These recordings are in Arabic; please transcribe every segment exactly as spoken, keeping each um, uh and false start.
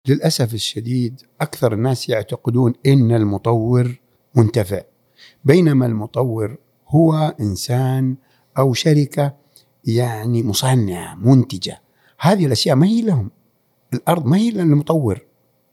للأسف الشديد أكثر الناس يعتقدون إن المطور منتفع، بينما المطور هو إنسان أو شركة يعني مصنعة منتجة. هذه الأشياء ما هي لهم، الأرض ما هي للمطور،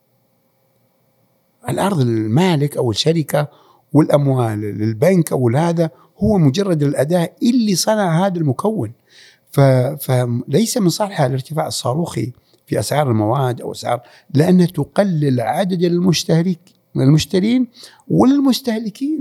الأرض المالك أو الشركة، والأموال للبنك أو هذا، هو مجرد الأداة اللي صنع هذا المكون. فليس من صالحها الارتفاع الصاروخي في أسعار المواد أو أسعار، لأنها تقلل عدد المشترك المشترين والمستهلكين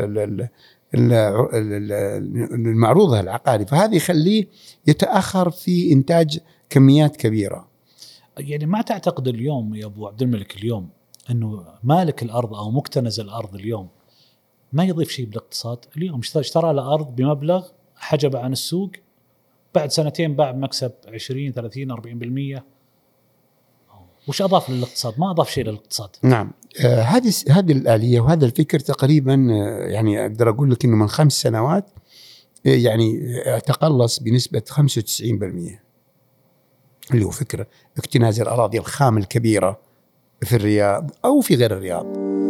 المعروضة العقاري، فهذا يخليه يتأخر في إنتاج كميات كبيرة. يعني ما تعتقد اليوم يا أبو عبد الملك اليوم أنه مالك الأرض أو مكتنز الأرض اليوم ما يضيف شيء بالاقتصاد؟ اليوم اشترى الأرض بمبلغ حجب عن السوق، بعد سنتين باع بمكسب عشرين ثلاثين أربعين بالمية، وش أضاف للاقتصاد؟ ما أضاف شيء للاقتصاد. نعم، آه هذه هذه الآلية وهذا الفكر تقريبا آه يعني أقدر أقول لك إنه من خمس سنوات آه يعني تقلص بنسبة خمسة وتسعين بالمية، اللي هو فكرة اكتناز الأراضي الخام الكبيرة في الرياض أو في غير الرياض.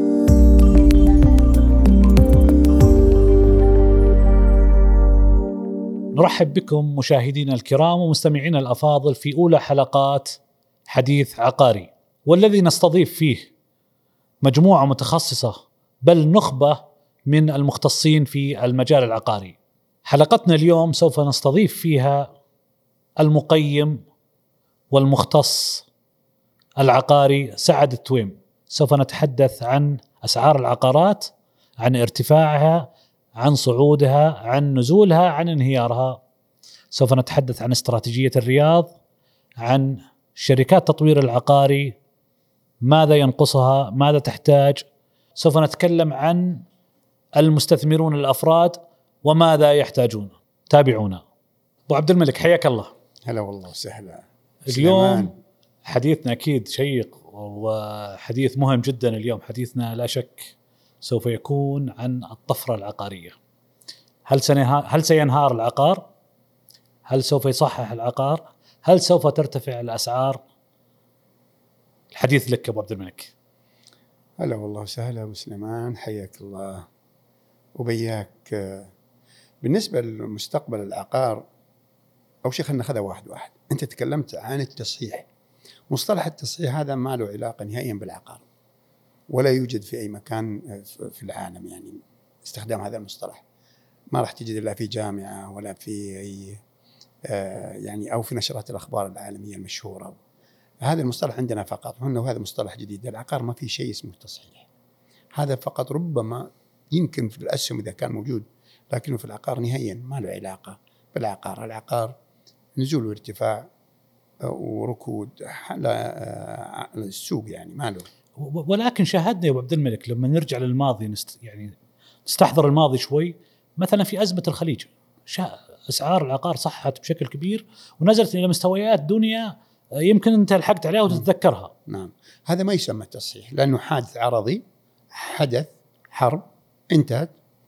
نرحب بكم مشاهدينا الكرام ومستمعينا الأفاضل في أولى حلقات حديث عقاري، والذي نستضيف فيه مجموعة متخصصة بل نخبة من المختصين في المجال العقاري. حلقتنا اليوم سوف نستضيف فيها المقيم والمختص العقاري سعد التويم. سوف نتحدث عن أسعار العقارات، عن ارتفاعها، عن صعودها، عن نزولها، عن انهيارها. سوف نتحدث عن استراتيجية الرياض، عن شركات تطوير العقاري، ماذا ينقصها، ماذا تحتاج. سوف نتكلم عن المستثمرون الأفراد وماذا يحتاجون. تابعونا. أبو عبد الملك حياك الله. هلا والله وسهلا. اليوم حديثنا أكيد شيق وحديث مهم جدا. اليوم حديثنا لا شك سوف يكون عن الطفرة العقارية. هل سينهار هل سينهار العقار؟ هل سوف يصحح العقار؟ هل سوف ترتفع الأسعار؟ الحديث لك أبو عبد الملك. هلا والله وسهلا أبو سليمان، حياك الله وبياك. بالنسبة للمستقبل العقار، أو شيء خلنا ناخذها واحد واحد. أنت تكلمت عن التصحيح. مصطلح التصحيح هذا ما له علاقة نهائيا بالعقار، ولا يوجد في أي مكان في العالم يعني استخدام هذا المصطلح. ما راح تجد إلا في جامعة ولا في أي آه يعني أو في نشرات الأخبار العالمية المشهورة. هذا المصطلح عندنا فقط، وهذا مصطلح جديد. العقار ما في شيء اسمه تصحيح، هذا فقط ربما يمكن في الأسهم إذا كان موجود، لكنه في العقار نهائيا ما له علاقة بالعقار. العقار نزول وارتفاع وركود على السوق، يعني ما له. ولكن شاهدنا يا أبو عبد الملك لما نرجع للماضي نست يعني نستحضر الماضي شوي، مثلا في أزمة الخليج أسعار العقار صحت بشكل كبير ونزلت إلى مستويات دنيا يمكن أنت لحقت عليها وتتذكرها. نعم، هذا ما يسمى تصحيح، لأنه حادث عرضي، حدث حرب انتهت،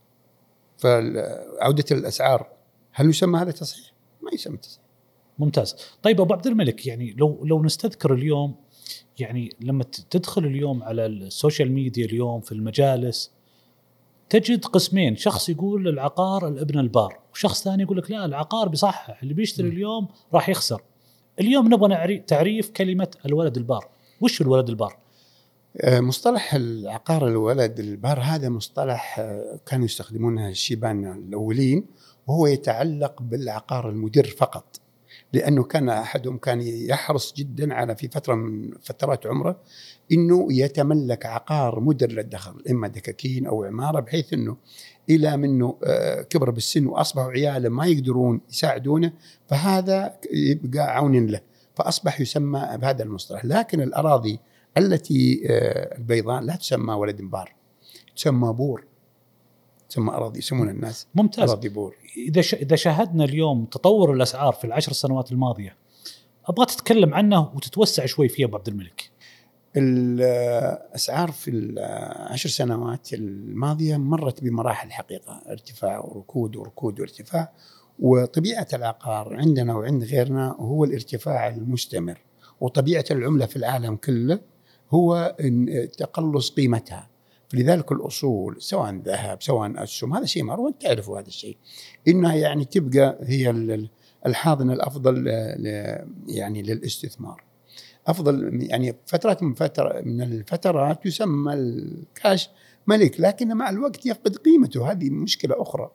فعودة الأسعار هل يسمى هذا تصحيح؟ ما يسمى تصحيح. ممتاز. طيب أبو عبد الملك، يعني لو لو نستذكر اليوم، يعني لما تدخل اليوم على السوشيال ميديا اليوم في المجالس تجد قسمين، شخص يقول العقار الابن البار، وشخص ثاني يقول لك لا العقار بصحح، اللي بيشتري اليوم راح يخسر. اليوم نبغى تعريف كلمة الولد البار. وش الولد البار؟ مصطلح العقار الولد البار هذا مصطلح كانوا يستخدمونه الشيبان الأولين، وهو يتعلق بالعقار المدر فقط، لأنه كان أحدهم كان يحرص جدا على في فترة من فترات عمره إنه يتملك عقار مدر للدخل، إما دكاكين أو عمارة، بحيث إنه إلى منه كبر بالسن وأصبحوا عياله ما يقدرون يساعدونه، فهذا يبقى عون له، فأصبح يسمى بهذا المصطلح. لكن الأراضي التي البيضاء لا تسمى ولد بار، تسمى بور، تسمى أراضي، يسمون الناس ممتاز. أراضي بور. إذا إذا شاهدنا اليوم تطور الأسعار في العشر سنوات الماضية، أبغى تتكلم عنه وتتوسع شوي فيه أبو عبد الملك. الأسعار في العشر سنوات الماضية مرت بمراحل حقيقة، ارتفاع وركود وركود وارتفاع. وطبيعة العقار عندنا وعند غيرنا هو الارتفاع المستمر، وطبيعة العملة في العالم كله هو إن تقلص قيمتها. فلذلك الأصول سواء ذهب سواء أسهم هذا شيء معروف، وأنت تعرفوا هذا الشيء، إنها يعني تبقى هي الحاضنة الأفضل يعني للاستثمار. أفضل يعني فترات من فترة من الفترات يسمى الكاش ملك، لكن مع الوقت يفقد قيمته، هذه مشكلة أخرى.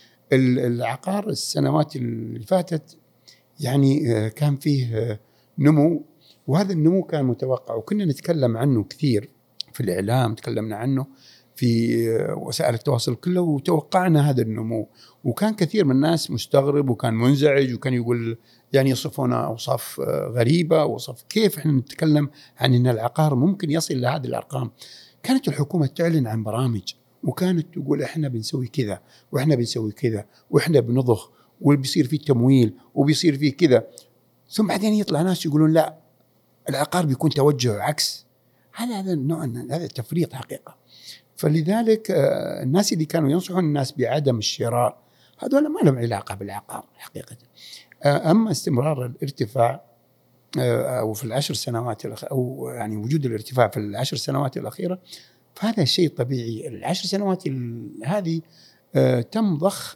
العقار السنوات اللي فاتت يعني كان فيه نمو، وهذا النمو كان متوقع، وكنا نتكلم عنه كثير في الإعلام، تكلمنا عنه في وسائل التواصل كله، وتوقعنا هذا النمو، وكان كثير من الناس مستغرب وكان منزعج وكان يقول يعني يصفونه أوصاف غريبة، وصف كيف احنا نتكلم عن أن العقار ممكن يصل لهذه الأرقام. كانت الحكومة تعلن عن برامج، وكانت تقول احنا بنسوي كذا واحنا بنسوي كذا واحنا بنضخ وبيصير فيه تمويل وبيصير فيه كذا، ثم بعدين يطلع ناس يقولون لا العقار بيكون توجه عكس. هذا هذا النوع هذا التفريط حقيقة. فلذلك الناس اللي كانوا ينصحون الناس بعدم الشراء هذول ما لهم علاقة بالعقار حقيقة. أما استمرار الارتفاع أو في العشر سنوات أو يعني وجود الارتفاع في العشر سنوات الأخيرة فهذا شيء طبيعي. العشر سنوات هذه تم ضخ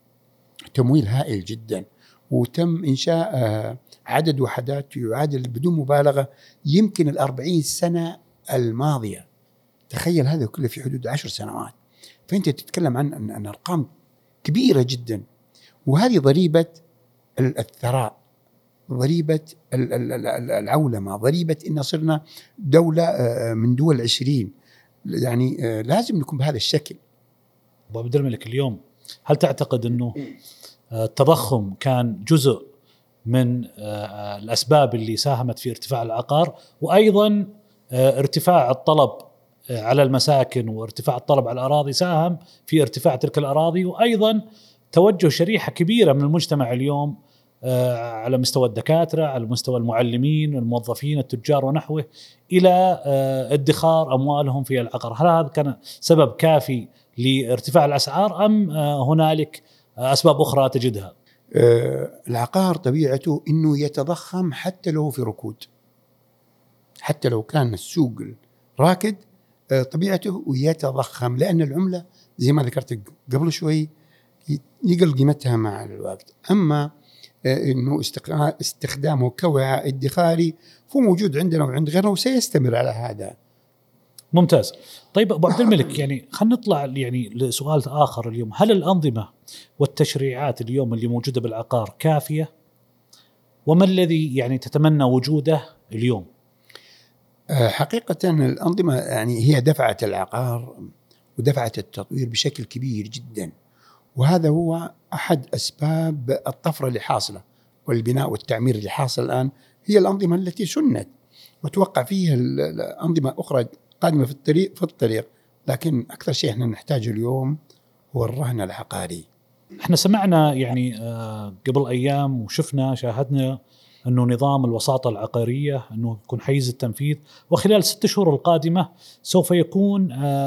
تمويل هائل جدا، وتم إنشاء عدد وحدات يعادل بدون مبالغة يمكن الأربعين سنة الماضية. تخيل هذا كله في حدود عشر سنوات، فأنت تتكلم عن أن أرقام كبيرة جدا. وهذه ضريبة الثراء، ضريبة العولمة، ضريبة إن صرنا دولة من دول عشرين، يعني لازم نكون بهذا الشكل. أبو عبد الملك، اليوم هل تعتقد أنه التضخم كان جزء من الأسباب اللي ساهمت في ارتفاع العقار، وأيضا ارتفاع الطلب على المساكن وارتفاع الطلب على الأراضي ساهم في ارتفاع تلك الأراضي، وأيضا توجه شريحة كبيرة من المجتمع اليوم على مستوى الدكاترة، على مستوى المعلمين الموظفين التجار ونحوه إلى ادخار أموالهم في العقار؟ هل هذا كان سبب كافي لارتفاع الأسعار أم هنالك أسباب أخرى تجدها؟ العقار طبيعته إنه يتضخم حتى لو في ركود، حتى لو كان السوق راكد طبيعته يتضخم، لأن العملة زي ما ذكرت قبل شوي يقل قيمتها مع الوقت. أما إنه استخدامه كوعاء ادخاري فهو موجود عندنا وعند غيرنا وسيستمر على هذا. ممتاز. طيب أبو عبد الملك، يعني خلينا نطلع يعني لسؤال آخر اليوم. هل الأنظمة والتشريعات اليوم اللي موجودة بالعقار كافية؟ وما الذي يعني تتمنى وجوده اليوم؟ حقيقة الأنظمة يعني هي دفعت العقار ودفعت التطوير بشكل كبير جدا، وهذا هو أحد أسباب الطفرة اللي حاصلة والبناء والتعمير اللي حاصل الآن. هي الأنظمة التي سنت وتوقع فيها الأنظمة أخرى قادمة في الطريق في الطريق لكن أكثر شيء احنا نحتاجه اليوم هو الرهن العقاري. احنا سمعنا يعني قبل أيام وشفنا شاهدنا أنه نظام الوساطة العقارية أنه يكون حيز التنفيذ، وخلال ست شهور القادمة سوف يكون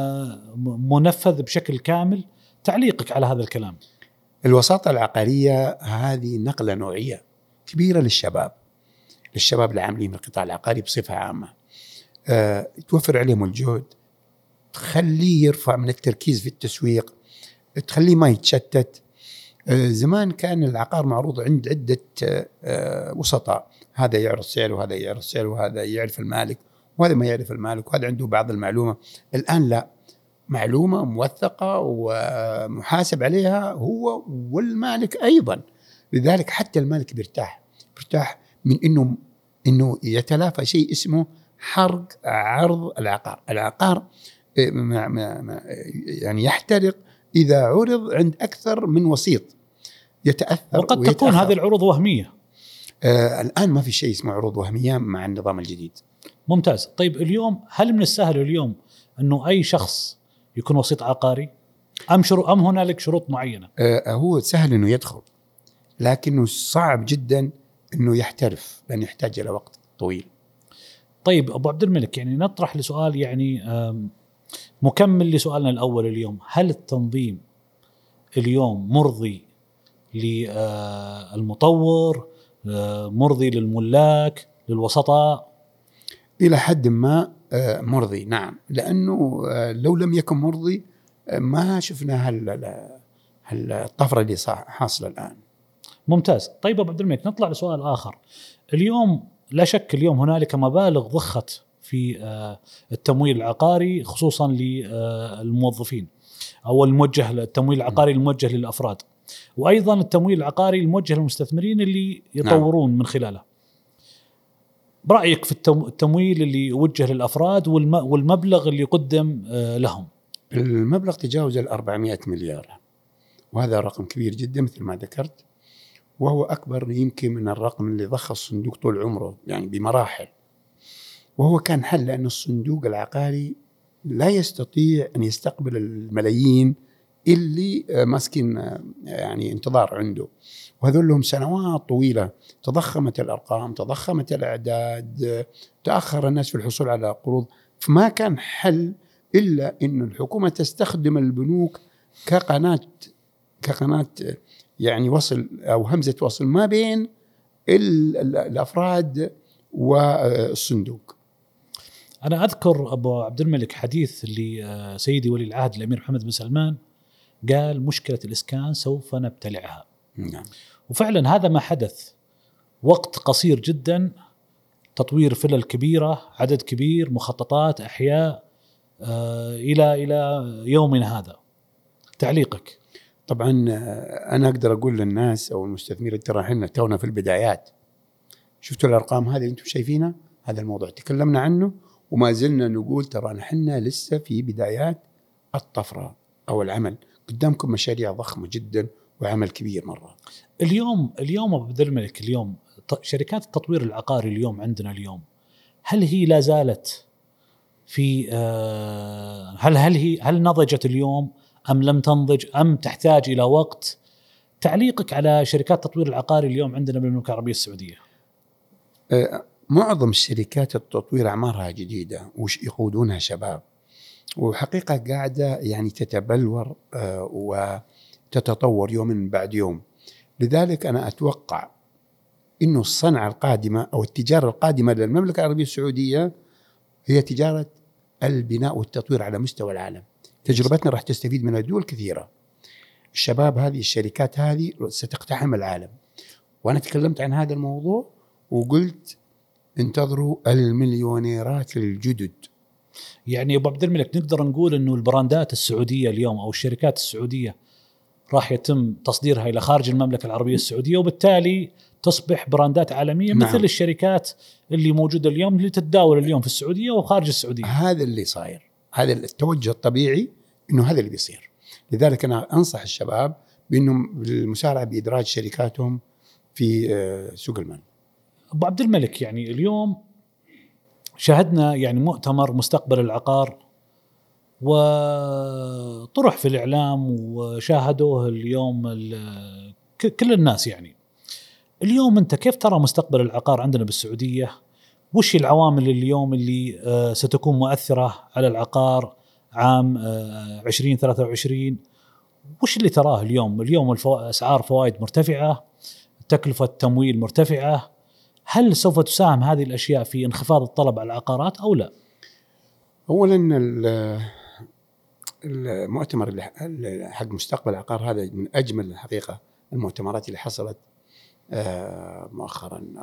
منفذ بشكل كامل. تعليقك على هذا الكلام؟ الوساطة العقارية هذه نقلة نوعية كبيرة للشباب للشباب العاملين في القطاع العقاري بصفة عامة. أه، توفر عليهم الجهد، تخليه يرفع من التركيز في التسويق، تخليه ما يتشتت. أه، زمان كان العقار معروض عند عدة أه، وسطاء، هذا يعرض سعره وهذا يعرض سعره وهذا يعرف المالك وهذا ما يعرف المالك وهذا عنده بعض المعلومة. الآن لا، معلومة موثقة ومحاسب عليها هو والمالك أيضا. لذلك حتى المالك بيرتاح بيرتاح من إنه إنه يتلافى شيء اسمه حرق عرض العقار. العقار يعني يحترق إذا عرض عند أكثر من وسيط، يتأثر وقد ويتأخر. تكون هذه العروض وهمية. آه الآن ما في شيء اسمه عروض وهمية مع النظام الجديد. ممتاز. طيب اليوم هل من السهل اليوم أنه أي شخص يكون وسيط عقاري أم شروط أم هنالك شروط معينة؟ آه هو سهل إنه يدخل، لكنه صعب جدا إنه يحترف، لأنه يحتاج إلى وقت طويل. طيب أبو عبد الملك، يعني نطرح لسؤال يعني مكمل لسؤالنا الأول اليوم. هل التنظيم اليوم مرضي للمطور، مرضي للملاك، للوسطاء إلى حد ما مرضي، نعم، لأنه لو لم يكن مرضي ما شفنا هالطفرة اللي حاصلة الآن. ممتاز. طيب أبو عبد الملك، نطلع لسؤال آخر. اليوم لا شك اليوم هنالك مبالغ ضخت في التمويل العقاري خصوصا للموظفين، أو الموجه التمويل العقاري الموجه للأفراد، وأيضا التمويل العقاري الموجه للمستثمرين اللي يطورون نعم. من خلاله. برأيك في التمويل اللي يوجه للأفراد والمبلغ اللي يقدم لهم؟ المبلغ تجاوز الأربعمائة مليار، وهذا رقم كبير جدا مثل ما ذكرت، وهو أكبر يمكن من الرقم اللي ضخ الصندوق طول عمره يعني بمراحل. وهو كان حل لأن الصندوق العقاري لا يستطيع أن يستقبل الملايين اللي ماسكين يعني انتظار عنده، وهذول لهم سنوات طويلة تضخمت الأرقام، تضخمت الأعداد، تأخر الناس في الحصول على قروض، فما كان حل إلا أن الحكومة تستخدم البنوك كقناة كقناة يعني وصل أو همزة وصل ما بين الأفراد والصندوق. أنا أذكر أبو عبد الملك حديث لسيدي ولي العهد الأمير محمد بن سلمان، قال مشكلة الإسكان سوف نبتلعها. نعم. وفعلا هذا ما حدث، وقت قصير جدا، تطوير فلل كبيرة، عدد كبير، مخططات، أحياء، آه إلى إلى يومنا هذا. تعليقك؟ طبعا أنا أقدر أقول للناس أو المستثمرين ترى إحنا تونا في البدايات. شفتوا الأرقام هذه اللي أنتم شايفينها؟ هذا الموضوع تكلمنا عنه وما زلنا نقول ترى إحنا لسه في بدايات الطفرة أو العمل. قدامكم مشاريع ضخمة جدا وعمل كبير مرة. اليوم اليوم أبو عبد الملك، اليوم شركات التطوير العقاري اليوم عندنا اليوم، هل هي لا زالت في آه هل هل هي هل نضجت اليوم أم لم تنضج أم تحتاج إلى وقت؟ تعليقك على شركات التطوير العقاري اليوم عندنا بالمملكة العربية السعودية. آه معظم الشركات التطوير أعمارها جديدة ويقودونها شباب، وحقيقة قاعدة يعني تتبلور آه وتتطور يوم بعد يوم. لذلك أنا أتوقع إنه الصنعة القادمة أو التجارة القادمة للمملكة العربية السعودية هي تجارة البناء والتطوير على مستوى العالم. تجربتنا راح تستفيد منها دول كثيرة. الشباب هذه الشركات هذه ستقتحم العالم، وأنا تكلمت عن هذا الموضوع وقلت انتظروا المليونيرات الجدد. يعني أبو عبد الملك نقدر نقول إنه البراندات السعودية اليوم أو الشركات السعودية راح يتم تصديرها إلى خارج المملكة العربية السعودية، وبالتالي تصبح براندات عالمية. نعم. مثل الشركات اللي موجودة اليوم اللي تتداول اليوم في السعودية وخارج السعودية. هذا اللي صاير، هذا التوجه الطبيعي إنه هذا اللي بيصير. لذلك أنا أنصح الشباب بأنهم بالمسارعة بإدراج شركاتهم في سوق المال. أبو عبد الملك، يعني اليوم شاهدنا يعني مؤتمر مستقبل العقار وطرح في الإعلام وشاهدوه اليوم كل الناس. يعني اليوم أنت كيف ترى مستقبل العقار عندنا بالسعودية؟ وش العوامل اليوم اللي ستكون مؤثرة على العقار عام عشرين ثلاثة وعشرين؟ وش اللي تراه اليوم؟ اليوم أسعار فوائد مرتفعة، تكلفة تمويل مرتفعة، هل سوف تساهم هذه الأشياء في انخفاض الطلب على العقارات أو لا؟ أولا المؤتمر اللي حق مستقبل العقار هذا من أجمل الحقيقة المؤتمرات اللي حصلت مؤخرا.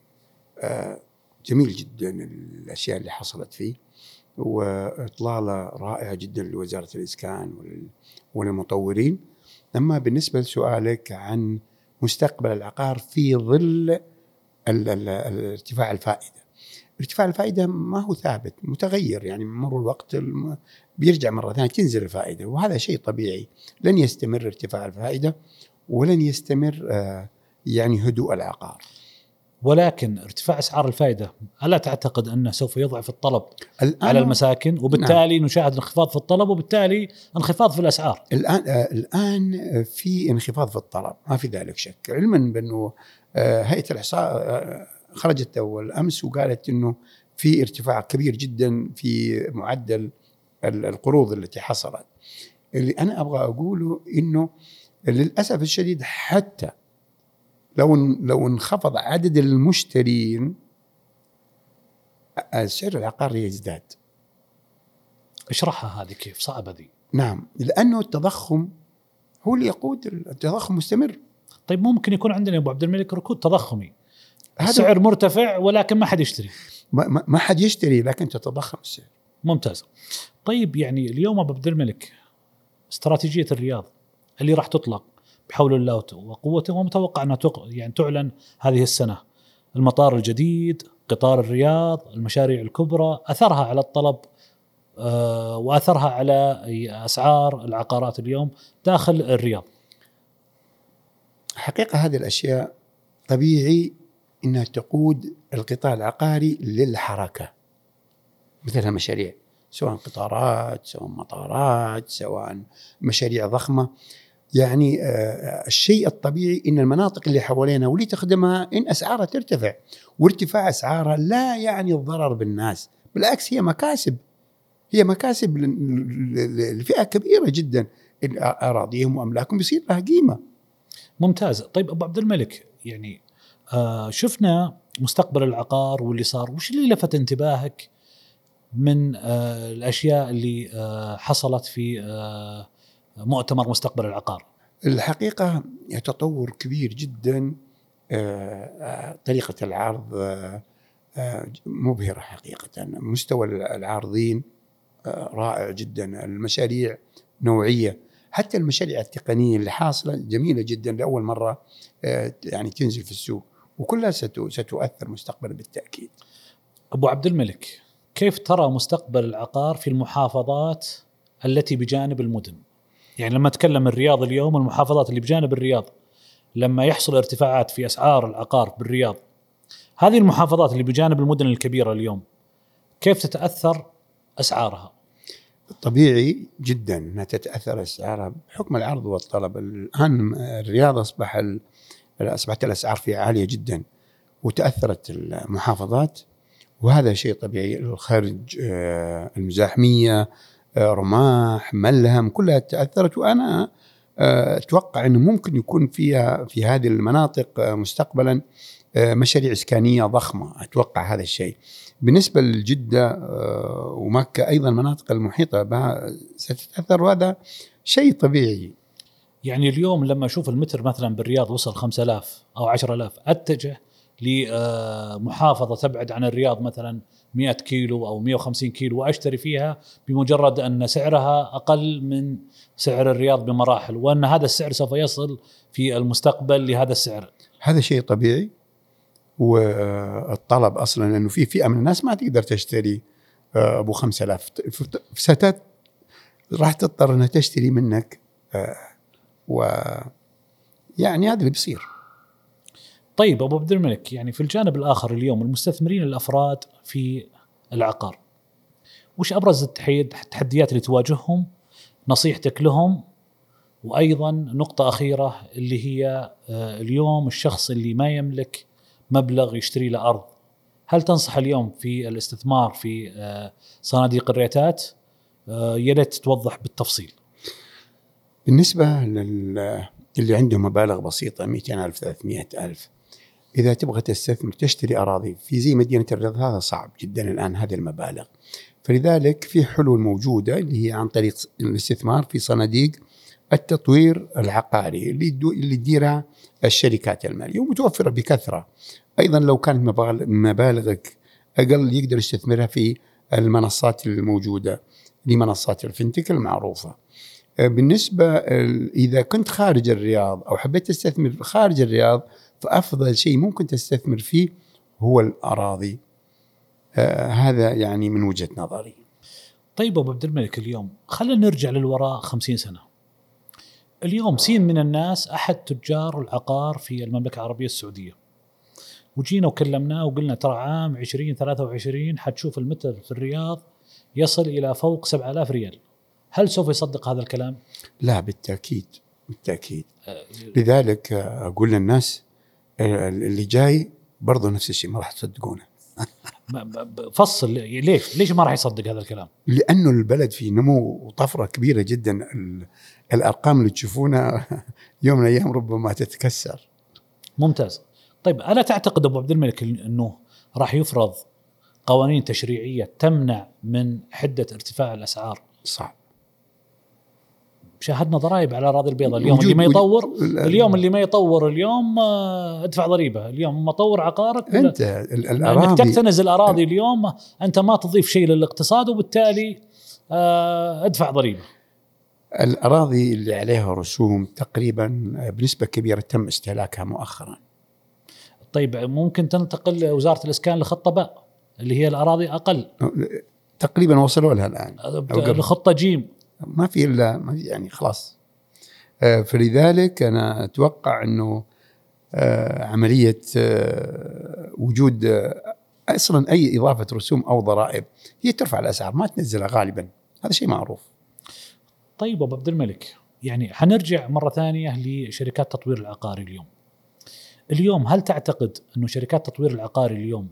جميل جدا الأشياء اللي حصلت فيه، وإطلالة رائعة جدا لوزارة الإسكان والمطورين. أما بالنسبة لسؤالك عن مستقبل العقار في ظل ارتفاع الفائدة، ارتفاع الفائدة ما هو ثابت، متغير، يعني مر الوقت بيرجع مرة ثانية تنزل الفائدة، وهذا شيء طبيعي. لن يستمر ارتفاع الفائدة ولن يستمر يعني هدوء العقار. ولكن ارتفاع أسعار الفائدة ألا تعتقد أنه سوف يضعف الطلب على المساكن، وبالتالي نعم. نشاهد انخفاض في الطلب وبالتالي انخفاض في الأسعار؟ الآن آه الآن في انخفاض في الطلب، ما في ذلك شك، علما بأنه آه هيئة الإحصاء آه خرجت أول أمس وقالت أنه في ارتفاع كبير جدا في معدل القروض التي حصلت. اللي أنا أبغى أقوله أنه للأسف الشديد، حتى لو لو انخفض عدد المشترين السعر العقاري يزداد. اشرحها هذه كيف صعبة دي. نعم، لأنه التضخم هو اللي يقود، التضخم مستمر. طيب ممكن يكون عندنا يا أبو عبد الملك ركود تضخمي، السعر مرتفع ولكن ما حد يشتري. ما, ما حد يشتري لكن تتضخم السعر. ممتاز. طيب يعني اليوم أبو عبد الملك استراتيجية الرياض اللي راح تطلق بحول الله وقوته، ومتوقع أنها يعني تعلن هذه السنة، المطار الجديد، قطار الرياض، المشاريع الكبرى، أثرها على الطلب آه وأثرها على أسعار العقارات اليوم داخل الرياض. حقيقة هذه الأشياء طبيعي أنها تقود القطاع العقاري للحركة، مثل المشاريع، سواء قطارات، سواء مطارات، سواء مشاريع ضخمة. يعني آه الشيء الطبيعي أن المناطق اللي حوالينا واللي تخدمها إن أسعارها ترتفع، وارتفاع أسعارها لا يعني الضرر بالناس، بالعكس هي مكاسب، هي مكاسب لفئة كبيرة جدا، أراضيهم وأملاكهم بيصير لها قيمة. ممتاز. طيب أبو عبد الملك، يعني آه شفنا مستقبل العقار واللي صار، وش اللي لفت انتباهك من آه الأشياء اللي آه حصلت في آه مؤتمر مستقبل العقار؟ الحقيقة تطور كبير جدا، آه طريقة العرض آه مبهرة حقيقة، مستوى العارضين آه رائع جدا، المشاريع نوعية، حتى المشاريع التقنية اللي حاصلة جميلة جدا لأول مرة آه يعني تنزل في السوق، وكلها ستؤثر مستقبلا بالتأكيد. أبو عبد الملك، كيف ترى مستقبل العقار في المحافظات التي بجانب المدن؟ يعني لما تكلم الرياض اليوم، المحافظات اللي بجانب الرياض لما يحصل ارتفاعات في أسعار العقار بالرياض، هذه المحافظات اللي بجانب المدن الكبيرة اليوم كيف تتأثر أسعارها؟ طبيعي جدا أنها تتأثر أسعارها بحكم العرض والطلب. الآن الرياض أصبح ال... أصبحت الأسعار فيها عالية جدا، وتأثرت المحافظات، وهذا شيء طبيعي. الخارج المزاحمية، رماح، ملهم، كلها تأثرت، وأنا أتوقع أنه ممكن يكون فيها في هذه المناطق مستقبلا مشاريع إسكانية ضخمة، أتوقع هذا الشيء. بالنسبة لجدة ومكة أيضا المناطق المحيطة بها ستتأثر، وهذا شيء طبيعي. يعني اليوم لما أشوف المتر مثلا بالرياض وصل خمسة آلاف أو عشرة آلاف، أتجه لمحافظة تبعد عن الرياض مثلا مئة كيلو أو مئة وخمسين كيلو وأشتري فيها بمجرد أن سعرها أقل من سعر الرياض بمراحل، وأن هذا السعر سوف يصل في المستقبل لهذا السعر. هذا شيء طبيعي، والطلب أصلا لأنه في فئة من الناس ما تقدر تشتري أبو خمسة آلاف، ستات راح تضطر أنها تشتري منك، ويعني هذا اللي بيصير. طيب أبو عبد الملك، يعني في الجانب الآخر اليوم المستثمرين الأفراد في العقار، وش أبرز التحديات اللي تواجههم، نصيحتك لهم؟ وأيضا نقطة أخيرة اللي هي اليوم الشخص اللي ما يملك مبلغ يشتري له أرض، هل تنصح اليوم في الاستثمار في صناديق الريتات؟ يا ريت توضح بالتفصيل. بالنسبة للي عندهم مبالغ بسيطة مئتين ألف ثلاثمئة ألف، إذا تبغى تستثمر تشتري أراضي في زي مدينة الرياض، هذا صعب جدا الآن هذه المبالغ، فلذلك في حلول موجودة اللي هي عن طريق الاستثمار في صناديق التطوير العقاري اللي اللي تديرها الشركات المالية ومتوفرة بكثرة. أيضا لو كانت مبالغك أقل يقدر يستثمرها في المنصات الموجودة لمنصات الفنتك المعروفة. بالنسبة إذا كنت خارج الرياض أو حبيت تستثمر خارج الرياض، فأفضل شيء ممكن تستثمر فيه هو الأراضي. آه هذا يعني من وجهة نظري. طيب أبو عبد الملك، اليوم خلينا نرجع للوراء خمسين سنة. اليوم سين من الناس أحد تجار العقار في المملكة العربية السعودية، وجينا وكلمناه وقلنا ترى عام عشرين ثلاثة وعشرين حتشوف المتر في الرياض يصل إلى فوق سبعة آلاف ريال، هل سوف يصدق هذا الكلام؟ لا بالتأكيد بالتأكيد. أه لذلك أقول للناس اللي جاي برضو نفس الشيء ما راح تصدقونه. فصل ليش ليش ما راح يصدق هذا الكلام؟ لأنه البلد في نمو وطفرة كبيرة جدا، الأرقام اللي تشوفونها يوم من الأيام ربما تتكسر. ممتاز. طيب ألا تعتقد أبو عبد الملك أنه راح يفرض قوانين تشريعية تمنع من حدة ارتفاع الأسعار؟ صعب. شاهدنا ضرائب على الأراضي البيضاء اليوم، اللي ما يطور اليوم اللي ما يطور اليوم ادفع ضريبة. اليوم مطور عقارك أنت الأراضي انك تكتنز الأراضي اليوم أنت ما تضيف شيء للاقتصاد، وبالتالي ادفع ضريبة. الأراضي اللي عليها رسوم تقريبا بنسبة كبيرة تم استهلاكها مؤخرا. طيب ممكن تنتقل وزارة الإسكان لخطة باء اللي هي الأراضي أقل، تقريبا وصلوا لها الآن لخطة جيم، ما في إلا ما في يعني خلاص. فلذلك أنا أتوقع أنه عملية وجود أصلا أي إضافة رسوم أو ضرائب هي ترفع الأسعار ما تنزلها غالبا، هذا شيء معروف. طيب أبو عبد الملك، يعني حنرجع مرة ثانية لشركات تطوير العقاري اليوم. اليوم هل تعتقد أنه شركات تطوير العقاري اليوم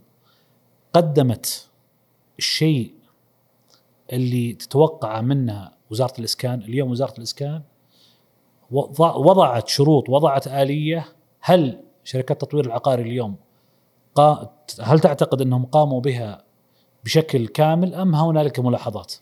قدمت الشيء اللي تتوقع منها وزارة الإسكان؟ اليوم وزارة الإسكان وضعت شروط، وضعت آلية. هل شركات تطوير العقاري اليوم قا... هل تعتقد أنهم قاموا بها بشكل كامل أم هنالك ملاحظات؟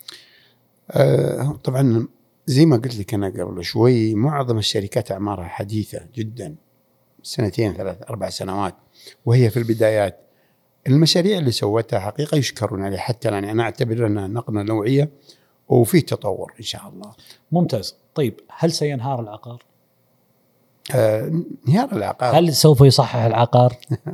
أه طبعا زي ما قلت لك أنا قبل شوي، معظم الشركات أعمارها حديثة جدا، سنتين ثلاث أربع سنوات وهي في البدايات. المشاريع اللي سوتها حقيقة يشكرون عليها حتى الآن، أنا أعتبر أنها نقلة نوعية وفي تطور إن شاء الله. ممتاز. طيب هل سينهار العقار؟ آه، انهيار العقار، هل سوف يصحح العقار؟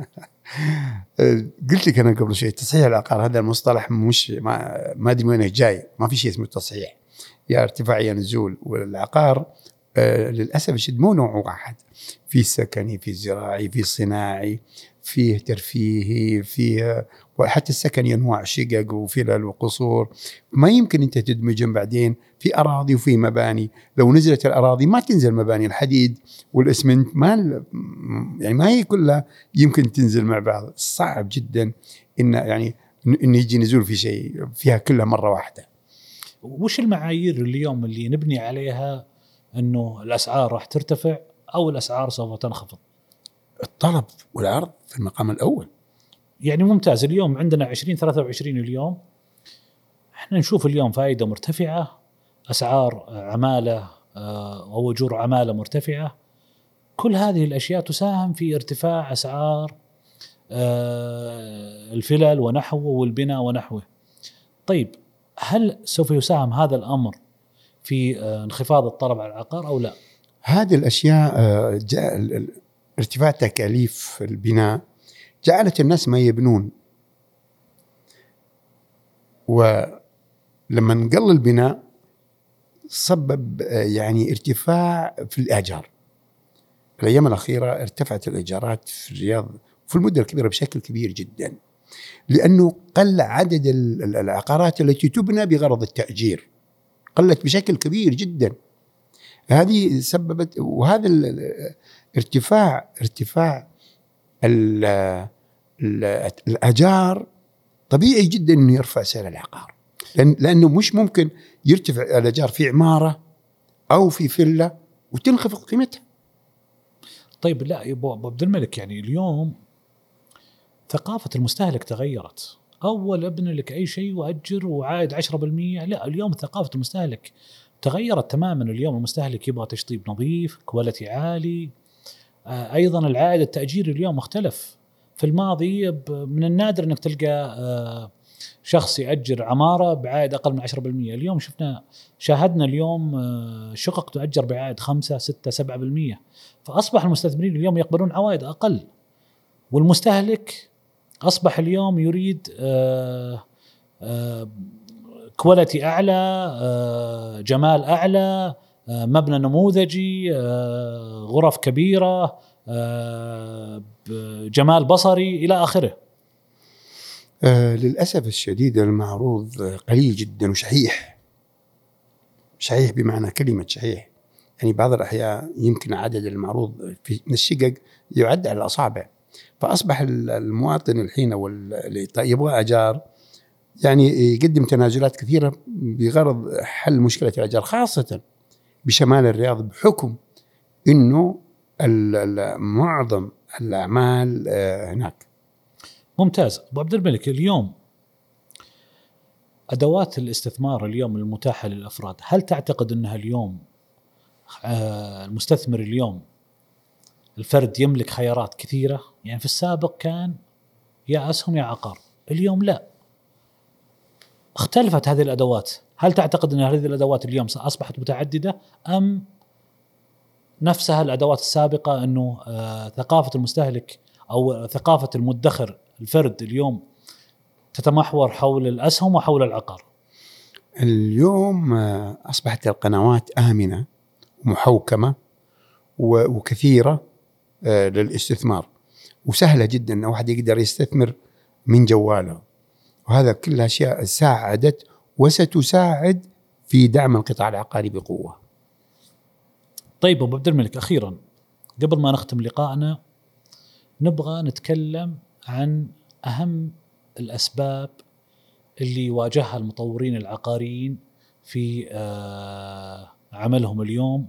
آه، قلت لك أنا قبل شيء تصحيح العقار هذا المصطلح مش ما ما أدري وين جاي، ما في شيء اسمه تصحيح، يا ارتفاع يا نزول. والعقار آه للأسف الشديد مو نوع واحد، في سكني في زراعي في صناعي فيه ترفيهي فيه، وحتى السكن ينوع شقق وفلل وقصور، ما يمكن أنت تدمجهم. بعدين في أراضي وفي مباني، لو نزلت الأراضي ما تنزل مباني الحديد والإسمنت، ما يعني ما هي كلها يمكن تنزل مع بعض. صعب جدا إن يعني إن يجي نزول في شيء فيها كلها مرة واحدة. وش المعايير اليوم اللي نبني عليها إنه الأسعار راح ترتفع أو الأسعار سوف تنخفض؟ الطلب والعرض في المقام الأول. يعني ممتاز. اليوم عندنا عشرين ثلاثة وعشرين، اليوم احنا نشوف اليوم فائدة مرتفعة، أسعار عمالة أو أجور عمالة مرتفعة، كل هذه الأشياء تساهم في ارتفاع أسعار الفلل ونحوه والبناء ونحوه. طيب هل سوف يساهم هذا الأمر في انخفاض الطلب على العقار أو لا؟ هذه الأشياء جاء ارتفاع تكاليف البناء جعلت الناس ما يبنون، ولما نقل البناء سبب يعني ارتفاع في الإيجار. في الأيام الأخيرة ارتفعت الإيجارات في الرياض في المدن الكبيرة بشكل كبير جدا، لأنه قل عدد العقارات التي تبنى بغرض التأجير، قلت بشكل كبير جدا. هذه سببت، وهذا الارتفاع ارتفاع الأجار طبيعي جدا أنه يرفع سعر العقار، لأن لأنه مش ممكن يرتفع الأجار في عمارة أو في فيلا وتنخفض قيمتها. طيب لا يا أبو عبد الملك، يعني اليوم ثقافة المستهلك تغيرت. أول ابن لك أي شيء وأجر وعائد عشرة بالمية، لا اليوم ثقافة المستهلك تغيرت تماما. اليوم المستهلك يبغى تشطيب نظيف، كواليتي عالي. آه أيضا العائد التأجيري اليوم مختلف. في الماضي من النادر أنك تلقى آه شخص يأجر عمارة بعائد أقل من عشرة بالمية. اليوم شفنا شاهدنا اليوم آه شقق تؤجر بعائد خمسة ستة سبعة بالمية. فأصبح المستثمرين اليوم يقبلون عوائد أقل، والمستهلك أصبح اليوم يريد آه آه كواليتي أعلى، آه جمال أعلى، آه مبنى نموذجي، آه غرف كبيرة، آه جمال بصري إلى آخره. آه للأسف الشديد المعروض قليل جدا وشحيح، شحيح بمعنى كلمة شحيح. يعني بعض الأحيان يمكن عدد المعروض في الشقق يعد على الأصابع. فأصبح المواطن الحين واللي يبغى أجار يعني يقدم تنازلات كثيرة بغرض حل مشكلة الأجار، خاصة بشمال الرياض، بحكم إنه معظم الأعمال هناك. ممتاز أبو عبد الملك. اليوم أدوات الاستثمار اليوم المتاحة للأفراد، هل تعتقد أنها اليوم آه المستثمر اليوم الفرد يملك خيارات كثيرة؟ يعني في السابق كان يا أسهم يا عقار، اليوم لا، اختلفت هذه الأدوات. هل تعتقد أن هذه الأدوات اليوم أصبحت متعددة أم نفسها الأدوات السابقة، أنه آه ثقافة المستهلك أو ثقافة المدخر الفرد اليوم تتمحور حول الأسهم وحول العقار؟ اليوم أصبحت القنوات آمنة ومحوكمة وكثيرة للاستثمار، وسهلة جدا أن واحد يقدر يستثمر من جواله، وهذا كل أشياء ساعدت وستساعد في دعم القطاع العقاري بقوة. طيب أبو عبد الملك، أخيرا قبل ما نختم لقائنا نبغى نتكلم عن أهم الأسباب اللي واجهها المطورين العقاريين في عملهم اليوم.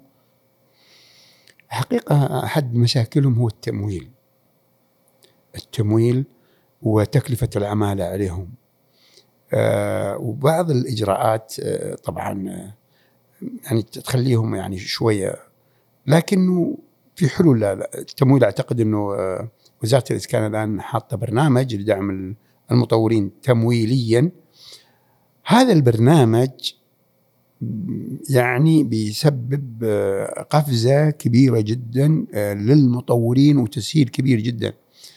حقيقة أحد مشاكلهم هو التمويل التمويل وتكلفة العمالة عليهم، وبعض الإجراءات طبعا يعني تخليهم يعني شوية، لكنه في حلول. التمويل أعتقد أنه وزارة الإسكان الآن حاطة برنامج لدعم المطورين تمويليا. هذا البرنامج يعني بيسبب قفزة كبيرة جدا للمطورين وتسهيل كبير جدا،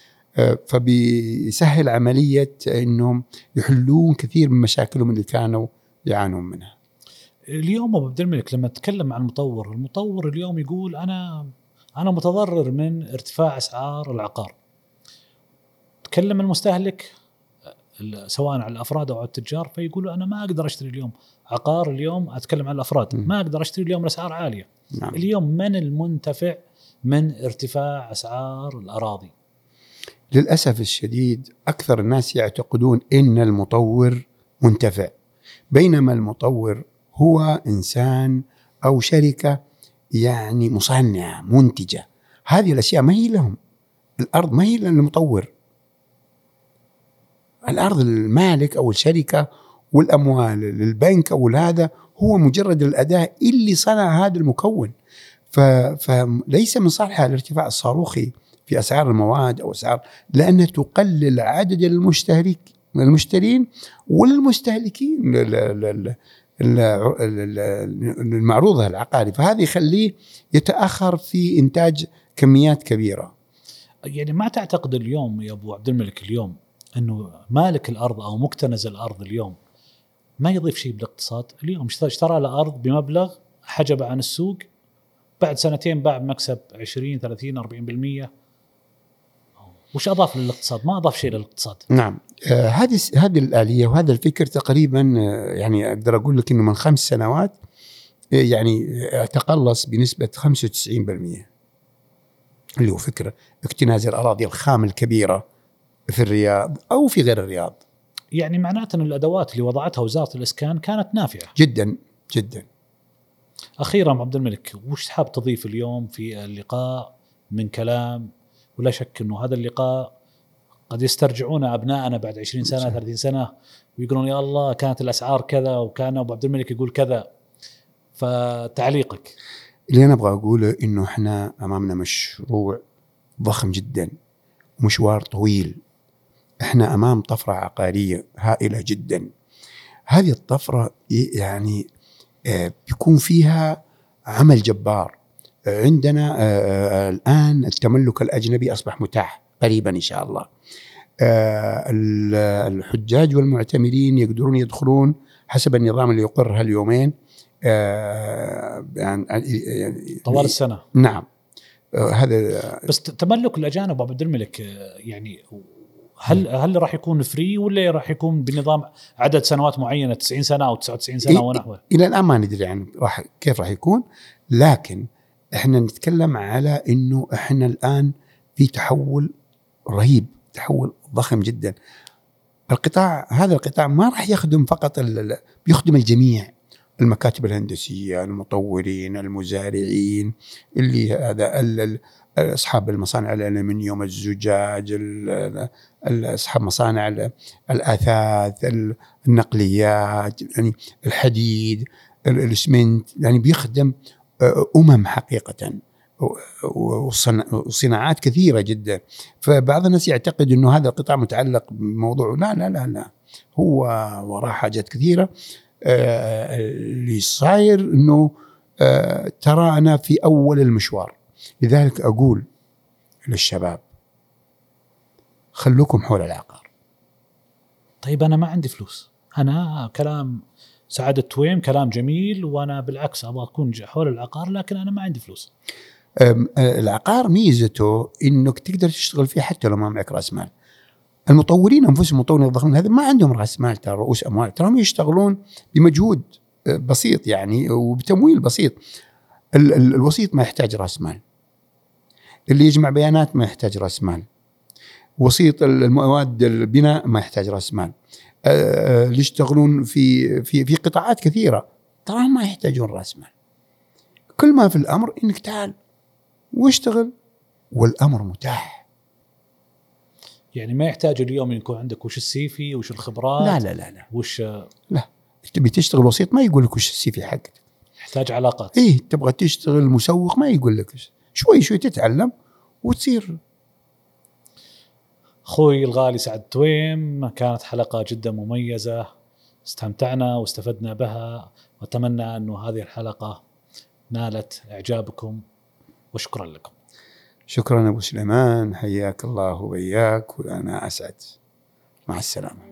فبيسهل عملية أنهم يحلون كثير من مشاكلهم اللي كانوا يعانون منها. اليوم أبو عبد الملك لما تكلم عن المطور المطور اليوم يقول أنا أنا متضرر من ارتفاع أسعار العقار. تكلم المستهلك سواء على الأفراد أو على التجار، فيقولوا أنا ما أقدر أشتري اليوم عقار، اليوم أتكلم عن الأفراد م. ما أقدر أشتري اليوم الأسعار عالية. نعم. اليوم من المنتفع من ارتفاع أسعار الأراضي؟ للأسف الشديد أكثر الناس يعتقدون إن المطور منتفع، بينما المطور هو إنسان أو شركة يعني مصنعة منتجة. هذه الأشياء ما هي لهم، الأرض ما هي للمطور، الأرض المالك أو الشركة، والأموال للبنك أو هذا هو مجرد الأداة اللي صنع هذا المكون. فليس من صالحها الارتفاع الصاروخي في أسعار المواد أو أسعار، لأنها تقلل عدد المشترك المشترين والمستهلكين المعروضة العقاري، فهذا يخليه يتأخر في إنتاج كميات كبيرة. يعني ما تعتقد اليوم يا أبو عبد الملك اليوم أنه مالك الأرض أو مكتنز الأرض اليوم ما يضيف شيء بالاقتصاد؟ اليوم اشترى الأرض بمبلغ حجب عن السوق، بعد سنتين باع بمكسب عشرين ثلاثين أربعين بالمية، وش أضاف للاقتصاد؟ ما أضاف شيء للاقتصاد. نعم، آه هذه هذه الآلية وهذا الفكر تقريبا آه يعني أقدر أقول لك إنه من خمس سنوات آه يعني تقلص بنسبة خمسة وتسعين بالمية، اللي هو فكرة اكتناز الأراضي الخام الكبيرة في الرياض أو في غير الرياض. يعني معناته أن الأدوات اللي وضعتها وزارة الإسكان كانت نافعة جدا جدا. أخيرا عبد الملك، وش حاب تضيف اليوم في اللقاء من كلام؟ ولا شك أنه هذا اللقاء قد يسترجعون أبناءنا بعد عشرين سنة ثلاثين سنة ويقولون يا الله كانت الأسعار كذا وكان أبو عبد الملك يقول كذا. فتعليقك؟ اللي أنا أبغى أقوله إنه إحنا أمامنا مشروع ضخم جدا، مشوار طويل، إحنا أمام طفرة عقارية هائلة جدا. هذه الطفرة يعني بيكون فيها عمل جبار. عندنا الآن التملك الأجنبي أصبح متاح قريبا إن شاء الله. الحجاج والمعتمرين يقدرون يدخلون حسب النظام اللي يقر هاليومين يعني طوال السنة. نعم. هذا بس تملك الأجانب أبو عبد الملك يعني هل هل راح يكون فري ولا راح يكون بنظام عدد سنوات معينة تسعين سنة أو تسعة وتسعين سنة ونحوه؟ إلى الآن ما ندري يعني راح كيف راح يكون، لكن إحنا نتكلم على إنه إحنا الآن في تحول رهيب، تحول ضخم جدا. القطاع هذا القطاع ما راح يخدم فقط، بيخدم الجميع، المكاتب الهندسية، المطورين، المزارعين، اللي هذا أصحاب المصانع الألمنيوم، الزجاج، أصحاب مصانع الأثاث، النقليات، يعني الحديد، الإسمنت، يعني بيخدم أمم حقيقة وصناعات كثيرة جدا. فبعض الناس يعتقد أنه هذا القطاع متعلق بموضوع، لا لا لا لا، هو وراء حاجات كثيرة. اللي صاير أنه ترى أنا في أول المشوار، لذلك أقول للشباب خلوكم حول العقار. طيب أنا ما عندي فلوس، أنا كلام سعد التويم كلام جميل، وأنا بالعكس أبغى أكون حول العقار، لكن أنا ما عندي فلوس. العقار ميزته إنك تقدر تشتغل فيه حتى لو ما معك رأس مال. المطورين أنفسهم، المطورين الضخمين هذا ما عندهم رأس مال، ترى رؤوس أموال، تراهم يشتغلون بمجهود بسيط يعني وبتمويل بسيط. ال- ال- الوسيط ما يحتاج رأس مال، اللي يجمع بيانات ما يحتاج رأس مال، وسيط المواد البناء ما يحتاج رأس مال، اللي يشتغلون في في في قطاعات كثيرة تراهم ما يحتاجون رأس مال. كل ما في الأمر إنك تعال واشتغل والأمر متاح. يعني ما يحتاج اليوم يكون عندك وش السيفي وش الخبرات، لا لا لا لا وش لا، تبي تشتغل وسيط ما يقول لك وش السيفي حقك، يحتاج علاقات. إيه تبغى تشتغل مسوق ما يقول لك، شوي شوي تتعلم وتصير. أخوي الغالي سعد التويم، كانت حلقة جدا مميزة، استمتعنا واستفدنا بها، وأتمنى أنه هذه الحلقة نالت إعجابكم، وشكرا لكم. شكرا أبو سليمان، حياك الله وبياك، وأنا أسعد. مع السلامة.